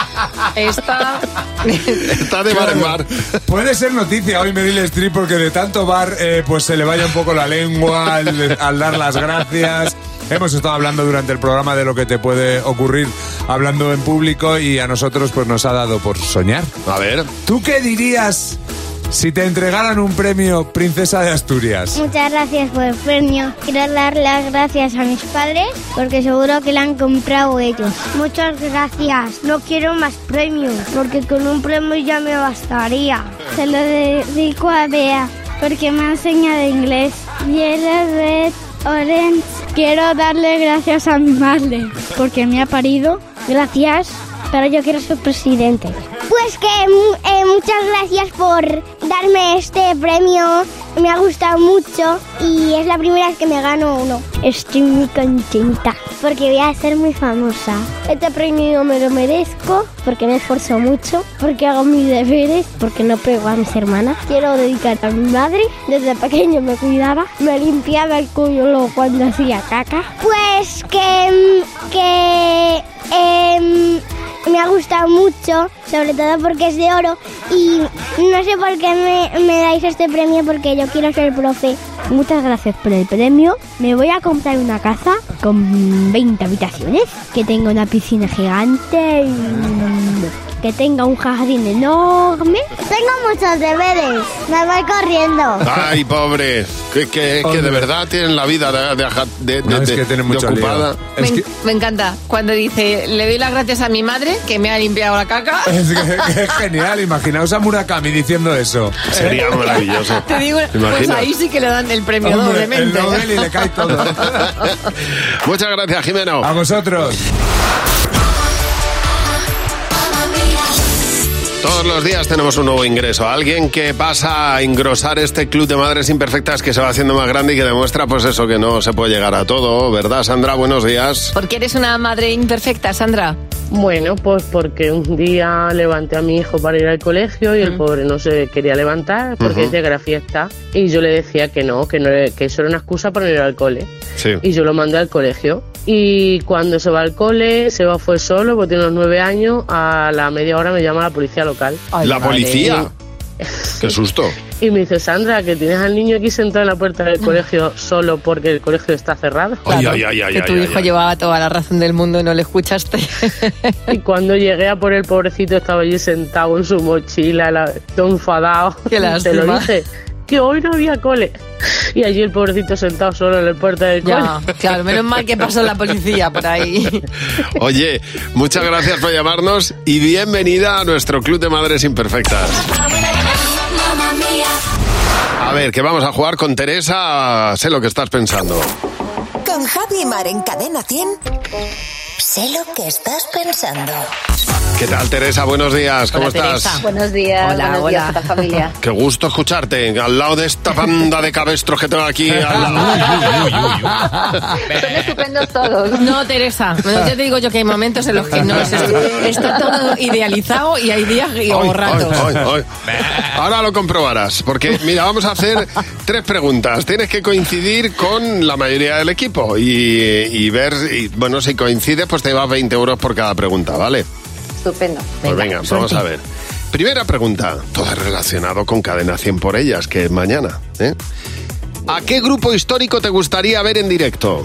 Está... Está de bar en bar. Puede ser noticia hoy Meryl Streep porque de tanto bar eh, pues se le vaya un poco la lengua al, al dar las gracias. Hemos estado hablando durante el programa de lo que te puede ocurrir hablando en público y a nosotros pues nos ha dado por soñar. A ver. ¿Tú qué dirías si te entregaran un premio Princesa de Asturias? Muchas gracias por el premio. Quiero dar las gracias a mis padres porque seguro que lo han comprado ellos. Muchas gracias. No quiero más premios porque con un premio ya me bastaría. Se lo dedico a Bea porque me ha enseñado inglés. Yellow, red, orange. Quiero darle gracias a mi madre porque me ha parido. Gracias, pero yo quiero ser presidente. Pues que eh, muchas gracias por darme este premio. Me ha gustado mucho y es la primera vez que me gano uno. Estoy muy contenta porque voy a ser muy famosa. Este premio me lo merezco porque me esfuerzo mucho, porque hago mis deberes, porque no pego a mis hermanas. Quiero dedicar a mi madre. Desde pequeño me cuidaba, me limpiaba el culo cuando hacía caca. Pues que... que... em, me ha gustado mucho, sobre todo porque es de oro y no sé por qué me, me dais este premio porque yo quiero ser profe. Muchas gracias por el premio. Me voy a comprar una casa con veinte habitaciones, que tenga una piscina gigante y que tenga un jardín enorme. Tengo muchos deberes, me voy corriendo. Ay, pobre. Que, que, que de verdad tienen la vida de, de, de, No, de- es que tiene de mucho ocupada. lío. Me, Es que- me encanta cuando dice, le doy las gracias a mi madre que me ha limpiado la caca. Es, que, que es genial, imaginaos a Murakami diciendo eso. Sería maravilloso. Te digo, ¿Te pues imaginas? ahí sí que le dan el premio Hombre, el doblemente. Nobel y le cae todo. Muchas gracias, Jimeno. A vosotros. Todos los días tenemos un nuevo ingreso, alguien que pasa a engrosar este club de madres imperfectas que se va haciendo más grande y que demuestra pues eso, que no se puede llegar a todo, ¿verdad, Sandra? Buenos días. ¿Por qué eres una madre imperfecta, Sandra? Bueno, pues porque un día levanté a mi hijo para ir al colegio y el Mm. pobre no se quería levantar porque Ujú. llega a la fiesta y yo le decía que no, que no, que eso era una excusa para no ir al cole. Sí. Y yo lo mandé al colegio. Y cuando se va al cole, se va fue solo, porque tiene unos nueve años, a la media hora me llama la policía local. ¿La policía? ¡Qué susto! Y me dice, Sandra, que tienes al niño aquí sentado en la puerta del colegio solo porque el colegio está cerrado. Ay, ay, ay, ay, que tu ay, hijo ay. llevaba toda la razón del mundo y no le escuchaste. Y cuando llegué a por el pobrecito estaba allí sentado en su mochila, la- todo enfadado. Qué Te lo lástima. dije, que hoy no había cole. Y allí el pobrecito sentado solo en la puerta del Ya, cole. claro, menos mal que pasó la policía por ahí. Oye, muchas gracias por llamarnos y bienvenida a nuestro club de madres imperfectas. A ver, que vamos a jugar con Teresa. Sé lo que estás pensando. Con Javi y Mar en Cadena cien. Sé lo que estás pensando. ¿Qué tal, Teresa? Buenos días. ¿Cómo Hola, estás? Teresa. Buenos días, Hola, buenos hola. días a la familia. Qué gusto escucharte. Al lado de esta banda de cabestros que tengo aquí. Al lado. Son estupendos todos. No, Teresa, no, ya te digo yo que hay momentos en los que no es, está todo idealizado y hay días y- o Ay, ratos. ay, ay, ay. Ahora lo comprobarás, porque mira, vamos a hacer tres preguntas. Tienes que coincidir con la mayoría del equipo y, y ver, y, bueno, si coincides, pues te llevas veinte euros por cada pregunta, ¿vale? Estupendo. Pues venga, vamos a ver. Primera pregunta, todo relacionado con Cadena cien por ellas, que es mañana, ¿eh? ¿A qué grupo histórico te gustaría ver en directo?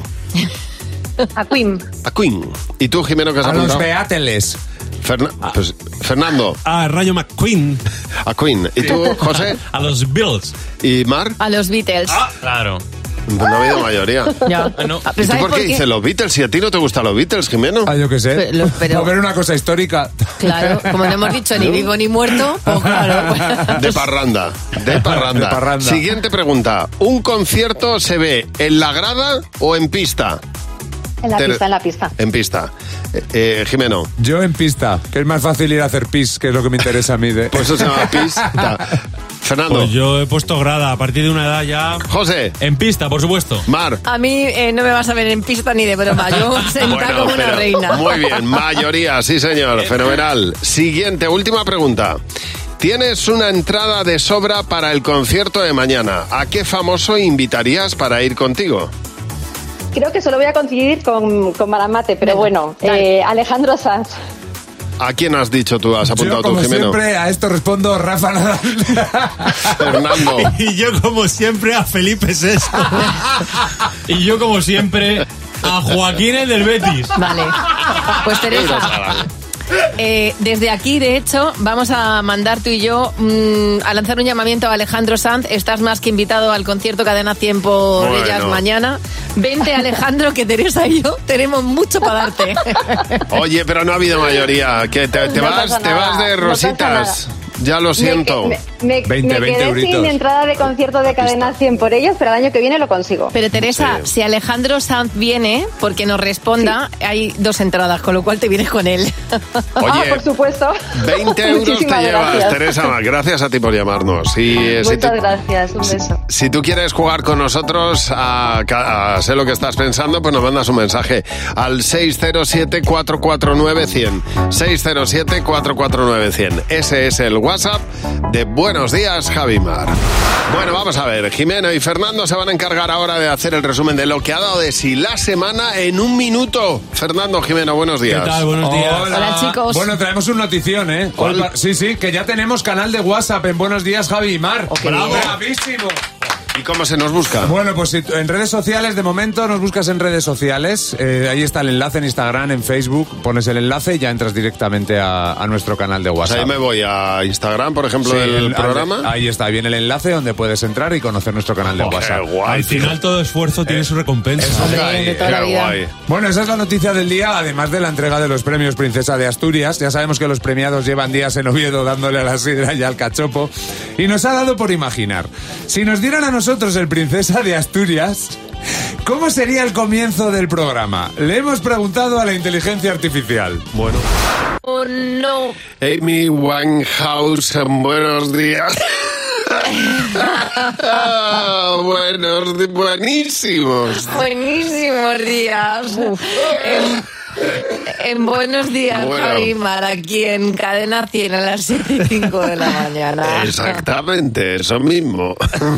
A Queen. A Queen. ¿Y tú, Jimeno, qué has A los apuntado? Beatles. Ferna- pues, Fernando. A Rayo McQueen. A Queen. ¿Y tú, José? A los Bills. ¿Y Mar? A los Beatles. Claro. No ha habido mayoría. Ya. No. Ah, ¿Y pues tú ¿sabes por qué por qué? dices los Beatles? Si a ti no te gustan los Beatles, Jimeno. Ah, yo qué sé. Pero- pero- Por ver una cosa histórica. Claro, como no hemos dicho ni vivo ni muerto, pues claro. De parranda. De parranda. De parranda. Siguiente pregunta. ¿Un concierto se ve en la grada o en pista? En la Ter- pista, en la pista. En pista. Eh, eh, Jimeno. Yo en pista, que es más fácil ir a hacer pis, que es lo que me interesa a mí. De... Pues eso se llama pista. Fernando. Pues yo he puesto grada a partir de una edad ya. José. En pista, por supuesto. Mar. A mí eh, no me vas a ver en pista ni de broma. Yo sentada Bueno, como una pero reina. Muy bien, mayoría, sí señor, fenomenal. Siguiente, última pregunta. Tienes una entrada de sobra para el concierto de mañana. ¿A qué famoso invitarías para ir contigo? Creo que solo voy a coincidir con, con Maramate, pero Venga, bueno, dale. eh, Alejandro Sanz. ¿A quién has dicho tú? ¿Has apuntado Yo, como tú, Jimeno? siempre, a esto respondo Rafa Nadal. Fernando. Y yo, como siempre, a Felipe Sexto. Y yo, como siempre, a Joaquín, el del Betis. Vale. Pues Teresa, eh, desde aquí, de hecho, vamos a mandar tú y yo mm, a lanzar un llamamiento a Alejandro Sanz. Estás más que invitado al concierto Cadena cien por Bueno. ellas mañana. Vente, Alejandro, que Teresa y yo tenemos mucho para darte. Oye, pero no ha habido mayoría. Que te, te No vas, pasa te nada, vas de no pasa rositas. Ya lo siento. Me, me- veinte, me veinte quedé euritos. sin entrada de concierto de Cadena cien por ellos, pero el año que viene lo consigo. Pero Teresa, Sí. si Alejandro Sanz viene, porque nos responda, hay dos entradas, con lo cual te vienes con él. Oye, Ah, por supuesto. veinte euros te Muchísimas llevas, gracias. Teresa. Gracias a ti por llamarnos. Y, eh, si tú- Muchas gracias, un beso. Si tú quieres jugar con nosotros a, ca- a sé lo que estás pensando, pues nos mandas un mensaje al seis cero siete, cuatro cuatro nueve, cien. seis cero siete, cuatro cuatro nueve, cien. Ese es el WhatsApp de Buenos Días, Javimar. Bueno, vamos a ver. Jimeno y Fernando se van a encargar ahora de hacer el resumen de lo que ha dado de sí la semana en un minuto. Fernando, Jimeno, buenos ¿Qué días. tal? Buenos días. Hola. Hola, chicos. Bueno, traemos una notición, ¿eh? ¿Cuál? Sí, sí, que ya tenemos canal de WhatsApp en Buenos Días, Javi y Mar. Bravo. ¡Bravísimo! ¿Y cómo se nos busca? Bueno, pues si tú- en redes sociales, de momento nos buscas en redes sociales. Eh, ahí está el enlace en Instagram, en Facebook. Pones el enlace y ya entras directamente a, a nuestro canal de O sea, WhatsApp. yo me voy a Instagram, por ejemplo, Sí, del el- programa. Ahí está, viene el enlace donde puedes entrar y conocer nuestro canal de Oh, qué WhatsApp. guay, Al tío. final, todo esfuerzo tiene su recompensa. Hombre, Ay, de toda la qué vida. guay. Bueno, esa es la noticia del día, además de la entrega de los premios Princesa de Asturias. Ya sabemos que los premiados llevan días en Oviedo dándole a la sidra y al cachopo. Y nos ha dado por imaginar, si nos dieran a nosotros el Princesa de Asturias, ¿cómo sería el comienzo del programa? Le hemos preguntado a la inteligencia artificial. Bueno. Oh, no. Amy Winehouse, buenos días. Buenos, di- buenísimos. Buenísimos días. En, en Buenos Días, Bueno. Javi Mar, aquí en Cadena cien a las siete y cinco de la mañana. Exactamente, eso mismo.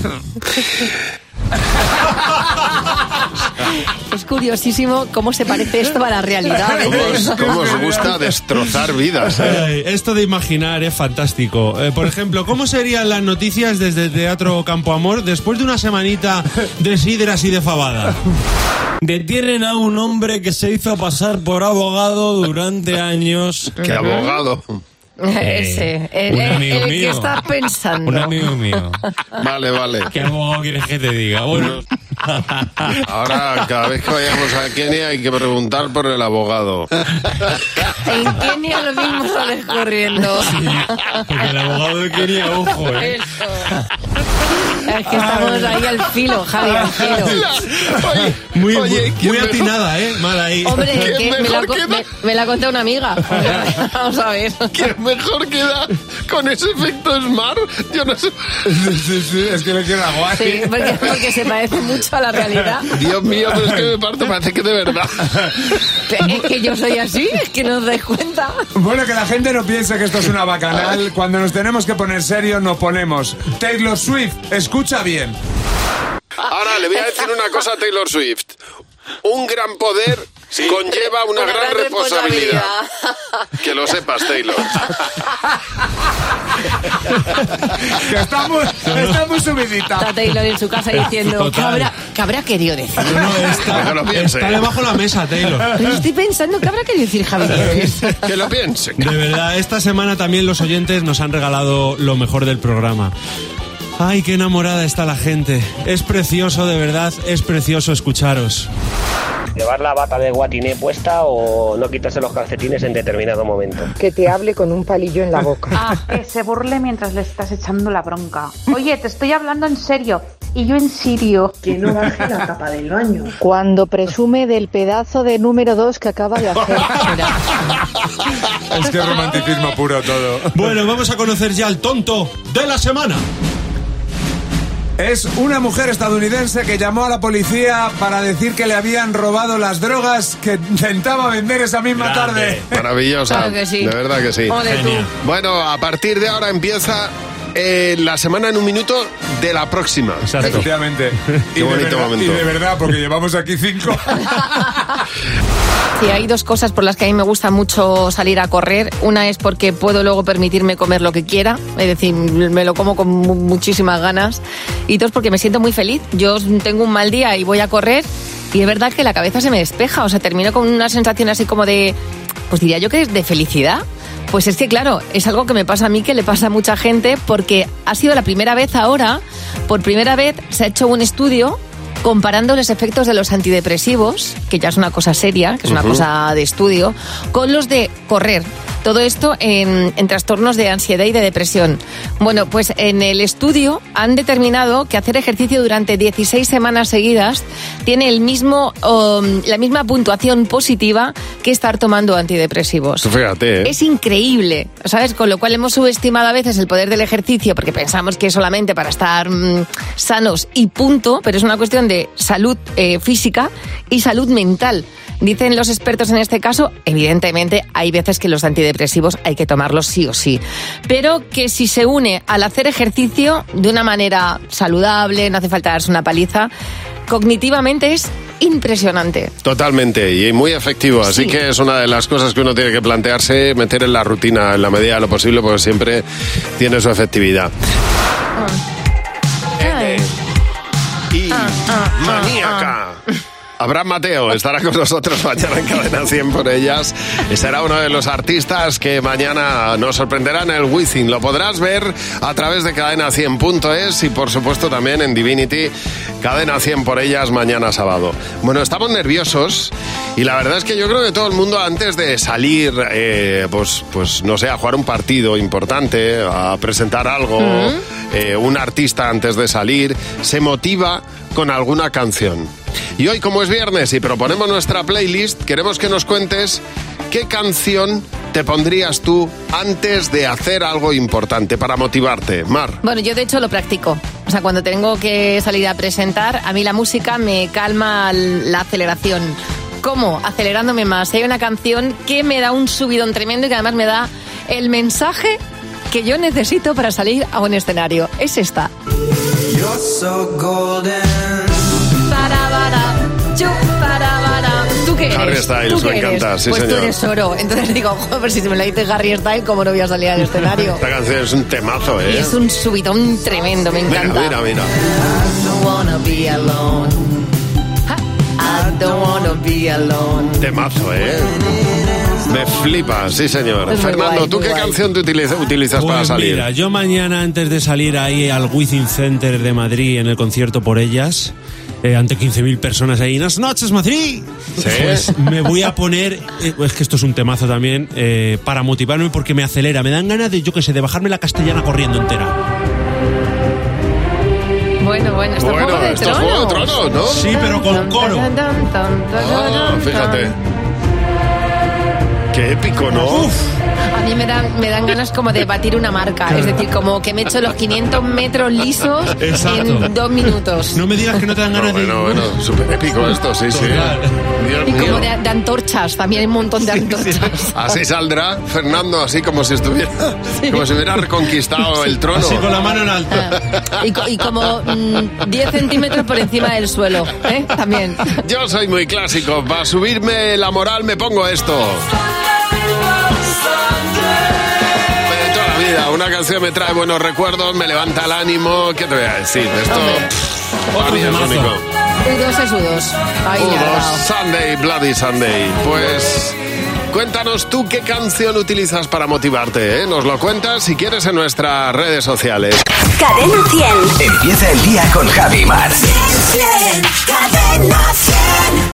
Es curiosísimo cómo se parece esto a la realidad. ¿Cómo os, cómo os gusta destrozar vidas? ¿eh? Ay, esto de imaginar es fantástico. Eh, por ejemplo, ¿cómo serían las noticias desde el Teatro Campo Amor después de una semanita de sidras y de fabada? Detienen a un hombre que se hizo pasar por abogado durante años. ¿Qué abogado? Ese, el, un el- amigo el que mío. estás pensando. Un amigo mío. Vale, vale. ¿Qué abogado quieres que te diga? Bueno. Ahora, cada vez que vayamos a Kenia hay que preguntar por el abogado. En Kenia lo mismo sales corriendo. Porque el abogado de Kenia, ojo, ¿eh? Eso. Es que estamos ahí al filo, Javi, al filo. Muy, Oye, muy, ¿quién muy mejor? atinada, ¿eh? Mal ahí. Hombre, ¿Quién que me, mejor la, co- queda? me, me la conté una amiga. Vamos a ver. ¿Quién mejor queda con ese efecto Smart? Yo no sé. Sí, sí, es que le queda guay. Sí, porque, porque se parece mucho a la realidad. Dios mío, pero es que me parto, parece que de verdad. Es que yo soy así, es que no os dais cuenta. Bueno, que la gente no piense que esto es una bacanal. Cuando nos tenemos que poner serios, nos ponemos. Taylor Swift, escucha bien. Ahora le voy a decir una cosa a Taylor Swift. Un gran poder conlleva una, Una gran, gran responsabilidad. Que lo sepas, Taylor. Que está muy, está muy subidita. Está Taylor en su casa diciendo, ¿qué Total. habrá, qué habrá querido decir? No, está, Que lo piense. está debajo de la mesa, Taylor. Pero estoy pensando, ¿qué habrá querido decir Javi Nieves? Que lo piense. De verdad, esta semana también los oyentes nos han regalado lo mejor del programa. Ay, qué enamorada está la gente. Es precioso, de verdad, es precioso escucharos. Llevar la bata de guatiné puesta o no quitarse los calcetines en determinado momento. Que te hable con un palillo en la boca. Ah, que se burle mientras le estás echando la bronca. Oye, te estoy hablando en serio. Y yo en serio. Que no baje la tapa del baño. Cuando presume del pedazo de número dos que acaba de hacer. Es que es romanticismo puro todo. Bueno, vamos a conocer ya al tonto de la semana. Es una mujer estadounidense que llamó a la policía para decir que le habían robado las drogas que intentaba vender esa misma Grande. tarde. Maravillosa. Claro que sí. De verdad que sí. Ole tú. Bueno, a partir de ahora empieza eh, la semana en un minuto de la próxima. Efectivamente. Qué Y de bonito verdad- momento. Y de verdad, porque llevamos aquí cinco. Sí, hay dos cosas por las que a mí me gusta mucho salir a correr. Una es porque puedo luego permitirme comer lo que quiera, es decir, me lo como con mu- muchísimas ganas. Y dos, porque me siento muy feliz. Yo tengo un mal día y voy a correr y es verdad que la cabeza se me despeja, o sea, termino con una sensación así como de, pues diría yo que es de felicidad. Pues es que claro, es algo que me pasa a mí, que le pasa a mucha gente, porque ha sido la primera vez ahora, por primera vez se ha hecho un estudio comparando los efectos de los antidepresivos, que ya es una cosa seria, que es una Ujú. cosa de estudio, con los de correr. Todo esto en, en trastornos de ansiedad y de depresión. Bueno, pues en el estudio han determinado que hacer ejercicio durante dieciséis semanas seguidas tiene el mismo, um, la misma puntuación positiva que estar tomando antidepresivos. Fíjate, ¿eh? Es increíble, ¿sabes? Con lo cual hemos subestimado a veces el poder del ejercicio porque pensamos que es solamente para estar mmm, sanos y punto, pero es una cuestión de salud eh, física y salud mental. Dicen los expertos en este caso, evidentemente hay veces que los antidepresivos hay que tomarlos sí o sí, pero que si se une al hacer ejercicio de una manera saludable, no hace falta darse una paliza, cognitivamente es impresionante. Totalmente, y muy efectivo. Así Sí. que es una de las cosas que uno tiene que plantearse, meter en la rutina en la medida de lo posible, porque siempre tiene su efectividad. Y maníaca. Abraham Mateo estará con nosotros mañana en Cadena cien por ellas. Y será uno de los artistas que mañana nos sorprenderá en el Wizzing. Lo podrás ver a través de cadena cien punto es y por supuesto también en Divinity, Cadena cien por ellas mañana sábado. Bueno, estamos nerviosos y la verdad es que yo creo que todo el mundo antes de salir, eh, pues, pues no sé, a jugar un partido importante, a presentar algo, Mm. eh, un artista antes de salir, se motiva con alguna canción. Y hoy, como es viernes y proponemos nuestra playlist, queremos que nos cuentes qué canción te pondrías tú antes de hacer algo importante para motivarte? Mar. Bueno, yo de hecho lo practico. O sea, cuando tengo que salir a presentar, a mí la música me calma la aceleración. ¿Cómo? Acelerándome más. Hay una canción que me da un subidón tremendo y que además me da el mensaje que yo necesito para salir a un escenario. Es esta. You're so golden. Para, para, chu, para, para. ¿Tú qué eres? Harry Styles, ¿Tú qué me encanta, eres? sí, pues señor. tú eres oro. Entonces digo, joder, si me la dice Harry Styles, ¿cómo no voy a salir al escenario? Esta canción es un temazo, ¿eh? Y es un subidón tremendo, me encanta. Mira, mira, mira. I don't wanna be alone. I don't wanna be alone. Temazo, ¿eh? Me flipa, sí señor. Es muy Fernando, guay, ¿tú muy qué guay. canción te utiliza- utilizas Pues para salir? mira, yo mañana antes de salir ahí al Wizzing Center de Madrid en el concierto Por Ellas, eh, ante quince mil personas ahí, ¡Buenas noches, Madrid! ¿Sí? Pues me voy a poner, eh, es que esto es un temazo también, eh, para motivarme porque me acelera, me dan ganas de, yo qué sé, de bajarme la castellana corriendo entera. Bueno, bueno, esto es Bueno, Juego de esto es Tronos. Juego de Tronos, ¿no? Sí, pero con coro. Ah, fíjate. Qué épico, ¿no? Uf. A mí me dan, me dan ganas como de batir una marca. Es decir, como que me echo los quinientos metros lisos Exacto. en dos minutos. No me digas que no te dan No, ganas de... bueno, bueno, súper épico esto, sí, sí. Total. Dios Y mío. como de, de antorchas, también hay un montón de antorchas. Así saldrá Fernando, así como si estuviera, como si hubiera reconquistado el trono. Así con la mano en alto. Y, co- y como mm, diez centímetros por encima del suelo, ¿eh? También. Yo soy muy clásico. Para subirme la moral me pongo esto. De toda la vida, una canción me trae buenos recuerdos, me levanta el ánimo. ¿Qué te voy a decir? Esto pff, para mí es temazo. único. U dos es U dos. Ahí U le ha dos, dado. Sunday, Bloody Sunday. Pues cuéntanos tú qué canción utilizas para motivarte, ¿eh? Nos lo cuentas si quieres en nuestras redes sociales. Cadena cien. Empieza el día con Javi Mar. Cadena cien.